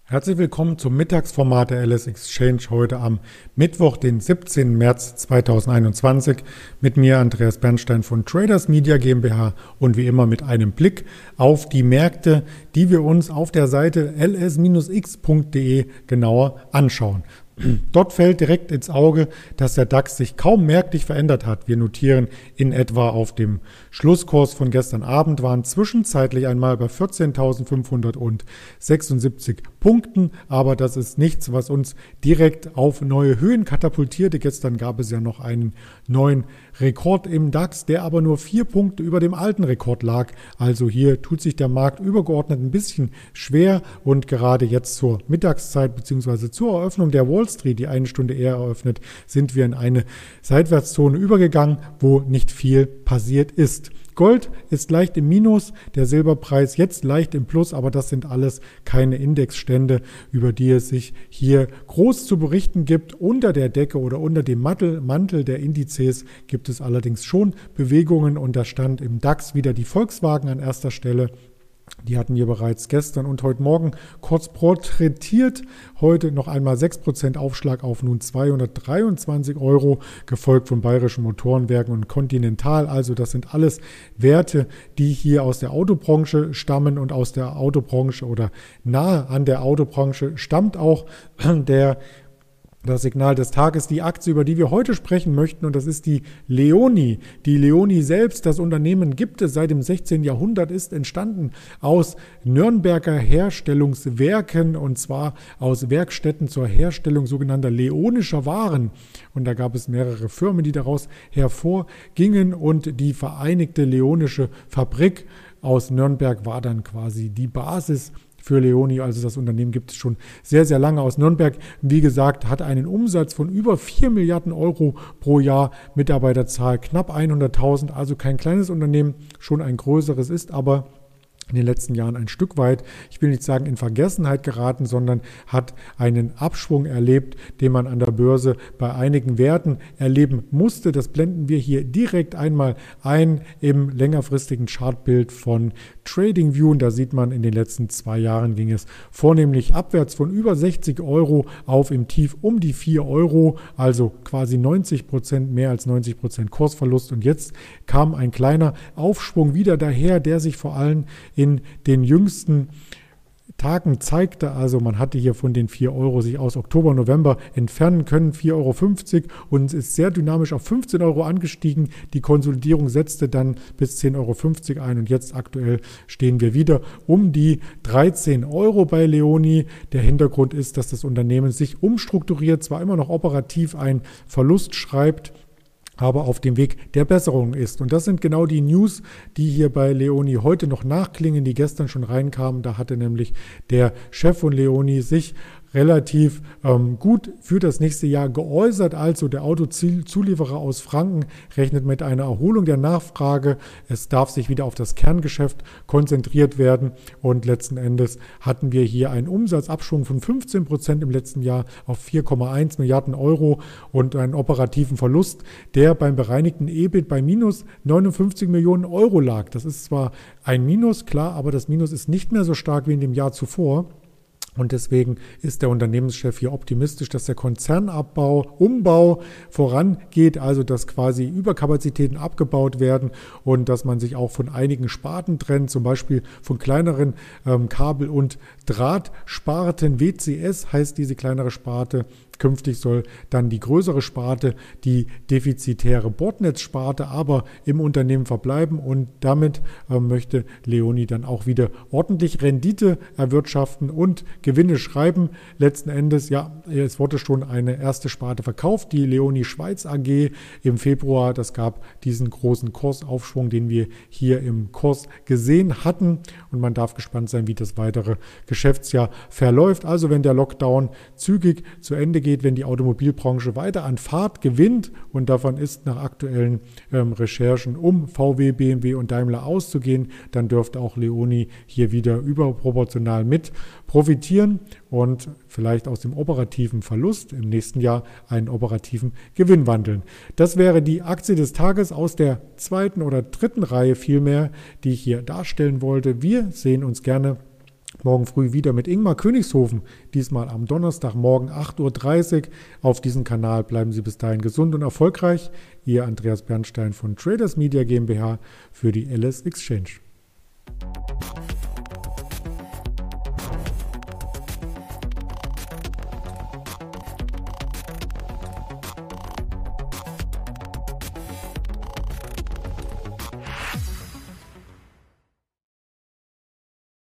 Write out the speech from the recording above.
Herzlich willkommen zum Mittagsformat der LS Exchange heute am Mittwoch, den 17. März 2021 mit mir Andreas Bernstein von Traders Media GmbH und wie immer mit einem Blick auf die Märkte, die wir uns auf der Seite ls-x.de genauer anschauen. Dort fällt direkt ins Auge, dass der DAX sich kaum merklich verändert hat. Wir notieren in etwa auf dem Schlusskurs von gestern Abend, waren zwischenzeitlich einmal bei 14.576 Punkten, aber das ist nichts, was uns direkt auf neue Höhen katapultierte. Gestern gab es ja noch einen neuen Rekord im DAX, der aber nur 4 Punkte über dem alten Rekord lag. Also hier tut sich der Markt übergeordnet ein bisschen schwer und gerade jetzt zur Mittagszeit bzw. zur Eröffnung der Wall Street, die eine Stunde eher eröffnet, sind wir in eine Seitwärtszone übergegangen, wo nicht viel passiert ist. Gold ist leicht im Minus, der Silberpreis jetzt leicht im Plus, aber das sind alles keine Indexstände, über die es sich hier groß zu berichten gibt. Unter der Decke oder unter dem Mantel der Indizes gibt es allerdings schon Bewegungen und da stand im DAX wieder die Volkswagen an erster Stelle. Die hatten wir bereits gestern und heute Morgen kurz porträtiert. Heute noch einmal 6% Aufschlag auf nun 223 €, gefolgt von Bayerischen Motorenwerken und Continental. Also das sind alles Werte, die hier aus der Autobranche stammen und aus der Autobranche oder nahe an der Autobranche stammt auch das Signal des Tages, die Aktie, über die wir heute sprechen möchten, und das ist die Leoni. Die Leoni selbst, das Unternehmen gibt es seit dem 16. Jahrhundert, ist entstanden aus Nürnberger Herstellungswerken und zwar aus Werkstätten zur Herstellung sogenannter leonischer Waren. Und da gab es mehrere Firmen, die daraus hervorgingen und die Vereinigte Leonische Fabrik aus Nürnberg war dann quasi die Basis für Leoni, also das Unternehmen gibt es schon sehr, sehr lange aus Nürnberg. Wie gesagt, hat einen Umsatz von über 4 Milliarden € pro Jahr, Mitarbeiterzahl knapp 100.000, also kein kleines Unternehmen, schon ein größeres ist, aber in den letzten Jahren ein Stück weit, ich will nicht sagen in Vergessenheit geraten, sondern hat einen Abschwung erlebt, den man an der Börse bei einigen Werten erleben musste. Das blenden wir hier direkt einmal ein im längerfristigen Chartbild von TradingView. Und da sieht man, in den letzten 2 Jahren ging es vornehmlich abwärts von über 60 € auf im Tief um die 4 €, also quasi 90%, mehr als 90% Kursverlust. Und jetzt kam ein kleiner Aufschwung wieder daher, der sich vor allem in den jüngsten Tagen zeigte. Also man hatte hier von den 4 € sich aus Oktober, November entfernen können, 4,50 € und es ist sehr dynamisch auf 15 € angestiegen. Die Konsolidierung setzte dann bis 10,50 € ein und jetzt aktuell stehen wir wieder um die 13 € bei Leoni. Der Hintergrund ist, dass das Unternehmen sich umstrukturiert, zwar immer noch operativ einen Verlust schreibt, aber auf dem Weg der Besserung ist. Und das sind genau die News, die hier bei Leoni heute noch nachklingen, die gestern schon reinkamen. Da hatte nämlich der Chef von Leoni sich relativ gut für das nächste Jahr geäußert. Also der Autozulieferer aus Franken rechnet mit einer Erholung der Nachfrage. Es darf sich wieder auf das Kerngeschäft konzentriert werden. Und letzten Endes hatten wir hier einen Umsatzabschwung von 15% im letzten Jahr auf 4,1 Milliarden € und einen operativen Verlust, der beim bereinigten EBIT bei minus 59 Millionen € lag. Das ist zwar ein Minus, klar, aber das Minus ist nicht mehr so stark wie in dem Jahr zuvor. Und deswegen ist der Unternehmenschef hier optimistisch, dass der Umbau vorangeht, also dass quasi Überkapazitäten abgebaut werden und dass man sich auch von einigen Sparten trennt, zum Beispiel von kleineren Kabel- und Drahtsparten. WCS heißt diese kleinere Sparte. Künftig soll dann die größere Sparte, die defizitäre Bordnetzsparte, aber im Unternehmen verbleiben und damit möchte Leoni dann auch wieder ordentlich Rendite erwirtschaften und Gewinne schreiben. Letzten Endes, ja, es wurde schon eine erste Sparte verkauft, die Leoni Schweiz AG im Februar. Das gab diesen großen Kursaufschwung, den wir hier im Kurs gesehen hatten und man darf gespannt sein, wie das weitere Geschäftsjahr verläuft. Also wenn der Lockdown zügig zu Ende geht, wenn die Automobilbranche weiter an Fahrt gewinnt und davon ist nach aktuellen Recherchen um VW, BMW und Daimler auszugehen, dann dürfte auch Leoni hier wieder überproportional mit profitieren und vielleicht aus dem operativen Verlust im nächsten Jahr einen operativen Gewinn wandeln. Das wäre die Aktie des Tages aus der zweiten oder dritten Reihe vielmehr, die ich hier darstellen wollte. Wir sehen uns gerne Morgen früh wieder mit Ingmar Königshofen, diesmal am Donnerstagmorgen 8:30 Uhr. Auf diesem Kanal bleiben Sie bis dahin gesund und erfolgreich. Ihr Andreas Bernstein von Traders Media GmbH für die LS Exchange.